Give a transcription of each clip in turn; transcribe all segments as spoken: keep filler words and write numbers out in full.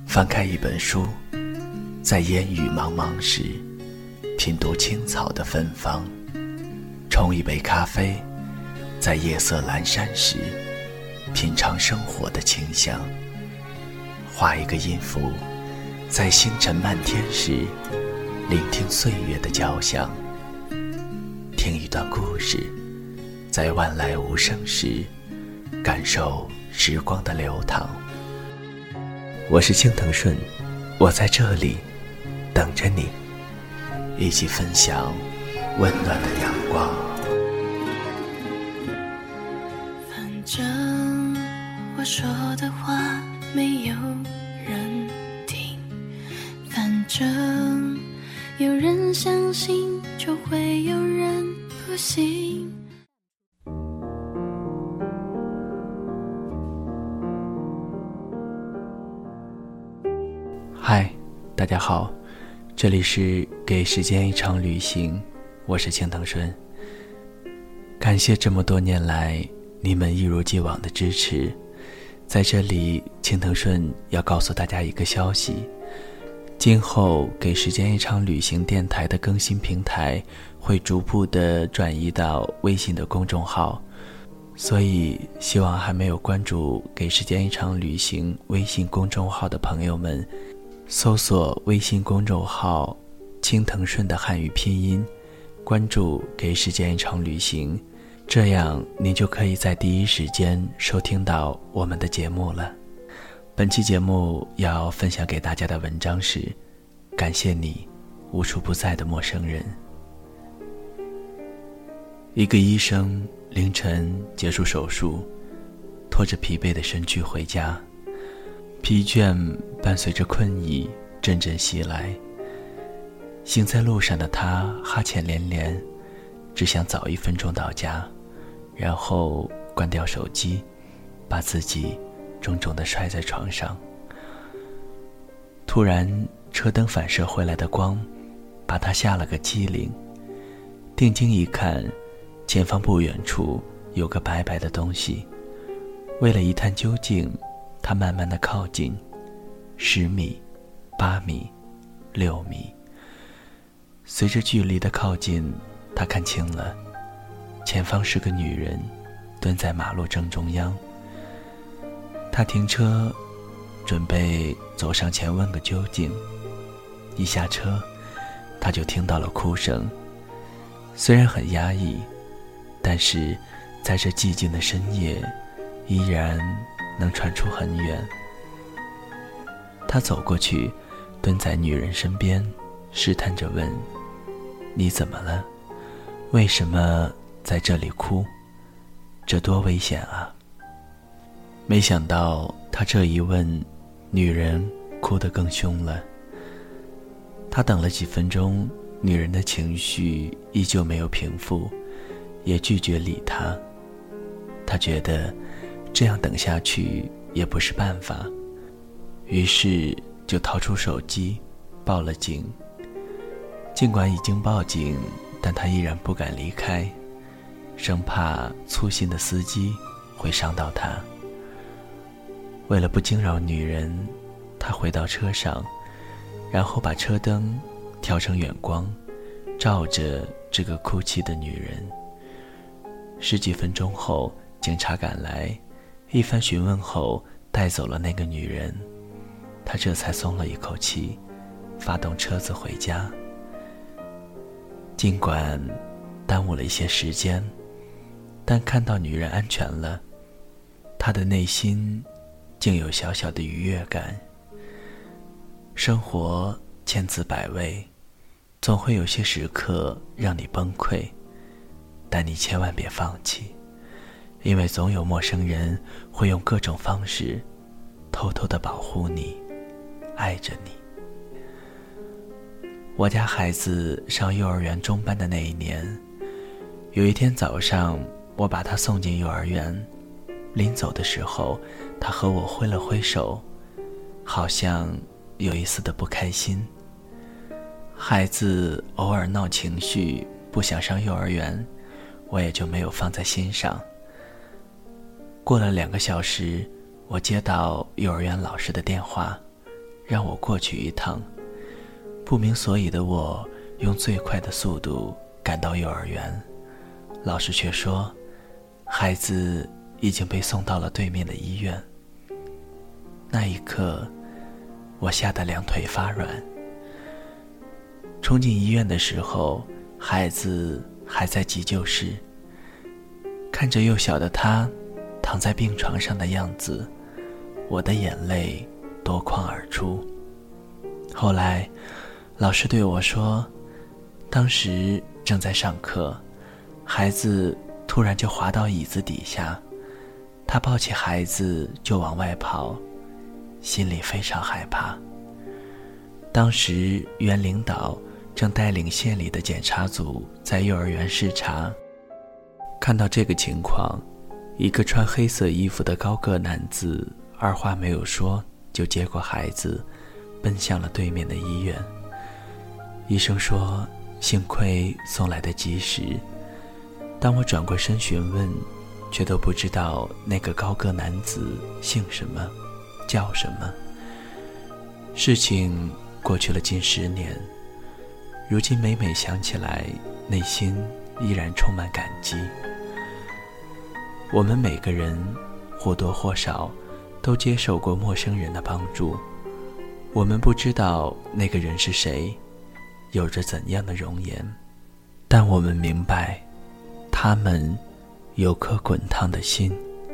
翻开一本书，在烟雨茫茫时品读青草的芬芳，冲一杯咖啡，在夜色阑珊时品尝生活的清香，画一个音符，在星辰漫天时聆听岁月的交响，听一段故事，在万籁无声时感受时光的流淌。我是青藤顺，我在这里等着你，一起分享温暖的阳光。 反正我说的话没有人听，反正有人相信就会有人不信。 嗨，大家好，这里是给时间一场旅行，我是青藤顺。感谢这么多年来你们一如既往的支持。在这里，青藤顺要告诉大家一个消息，今后给时间一场旅行电台的更新平台会逐步的转移到微信的公众号，所以希望还没有关注给时间一场旅行微信公众号的朋友们，搜索微信公众号青藤顺的汉语拼音，关注给时间一场旅行，这样您就可以在第一时间收听到我们的节目了。本期节目要分享给大家的文章是感谢你无处不在的陌生人。一个医生凌晨结束手术，拖着疲惫的身躯回家，疲倦伴随着困意阵阵袭来。行在路上的他哈欠连连，只想早一分钟到家，然后关掉手机，把自己重重地摔在床上。突然车灯反射回来的光把他吓了个机灵，定睛一看，前方不远处有个白白的东西。为了一探究竟，他慢慢地靠近，十米、八米、六米。随着距离的靠近，他看清了，前方是个女人，蹲在马路正中央。他停车，准备走上前问个究竟。一下车，他就听到了哭声，虽然很压抑，但是在这寂静的深夜，依然能传出很远。他走过去，蹲在女人身边，试探着问：你怎么了？为什么在这里哭？这多危险啊！没想到他这一问，女人哭得更凶了。他等了几分钟，女人的情绪依旧没有平复，也拒绝理他。他觉得这样等下去也不是办法，于是就掏出手机报了警。尽管已经报警，但他依然不敢离开，生怕粗心的司机会伤到他。为了不惊扰女人，他回到车上，然后把车灯调成远光，照着这个哭泣的女人。十几分钟后，警察赶来，一番询问后带走了那个女人。他这才松了一口气，发动车子回家。尽管耽误了一些时间，但看到女人安全了，他的内心竟有小小的愉悦感。生活千滋百味，总会有些时刻让你崩溃，但你千万别放弃，因为总有陌生人会用各种方式偷偷地保护你，爱着你。我家孩子上幼儿园中班的那一年，有一天早上，我把他送进幼儿园，临走的时候，他和我挥了挥手，好像有一丝的不开心。孩子偶尔闹情绪，不想上幼儿园，我也就没有放在心上。过了两个小时，我接到幼儿园老师的电话， 让我过去一趟。不明所以的我用最快的速度赶到幼儿园，老师却说孩子已经被送到了对面的医院。那一刻我吓得两腿发软。冲进医院的时候，孩子还在急救室，看着幼小的他躺在病床上的样子，我的眼泪夺眶而出。后来老师对我说，当时正在上课，孩子突然就滑到椅子底下，他抱起孩子就往外跑，心里非常害怕。当时原领导正带领县里的检查组在幼儿园视察，看到这个情况，一个穿黑色衣服的高个男子二话没有说就接过孩子奔向了对面的医院。医生说幸亏送来的及时，当我转过身询问，却都不知道那个高个男子姓什么叫什么。事情过去了近十年，如今每每想起来，内心依然充满感激。我们每个人或多或少都接受过陌生人的帮助，我们不知道那个人是谁，有着怎样的容颜，但我们明白他们有颗滚烫的心。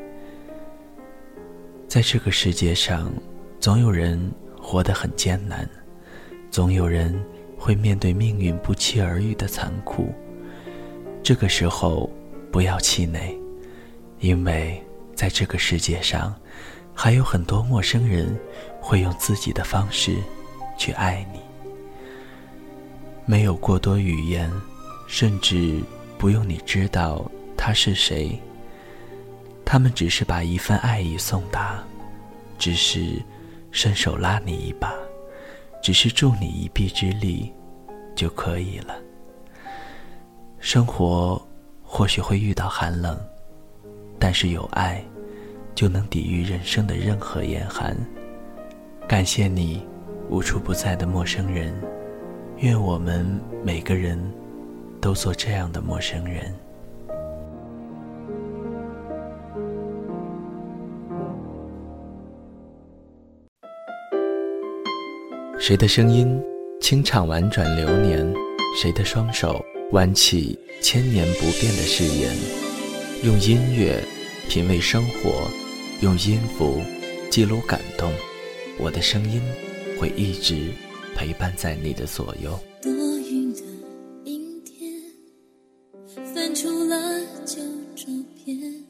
在这个世界上，总有人活得很艰难，总有人会面对命运不期而遇的残酷。这个时候不要气馁，因为在这个世界上还有很多陌生人会用自己的方式去爱你。没有过多语言，甚至不用你知道他是谁，他们只是把一份爱意送达，只是伸手拉你一把，只是助你一臂之力就可以了。生活或许会遇到寒冷，但是有爱就能抵御人生的任何严寒。感谢你无处不在的陌生人，愿我们每个人都做这样的陌生人。谁的声音清唱婉转流年，谁的双手挽起千年不变的誓言。用音乐品味生活，用音符记录感动，我的声音会一直陪伴在你的左右。 多云的阴天，翻出了旧照片，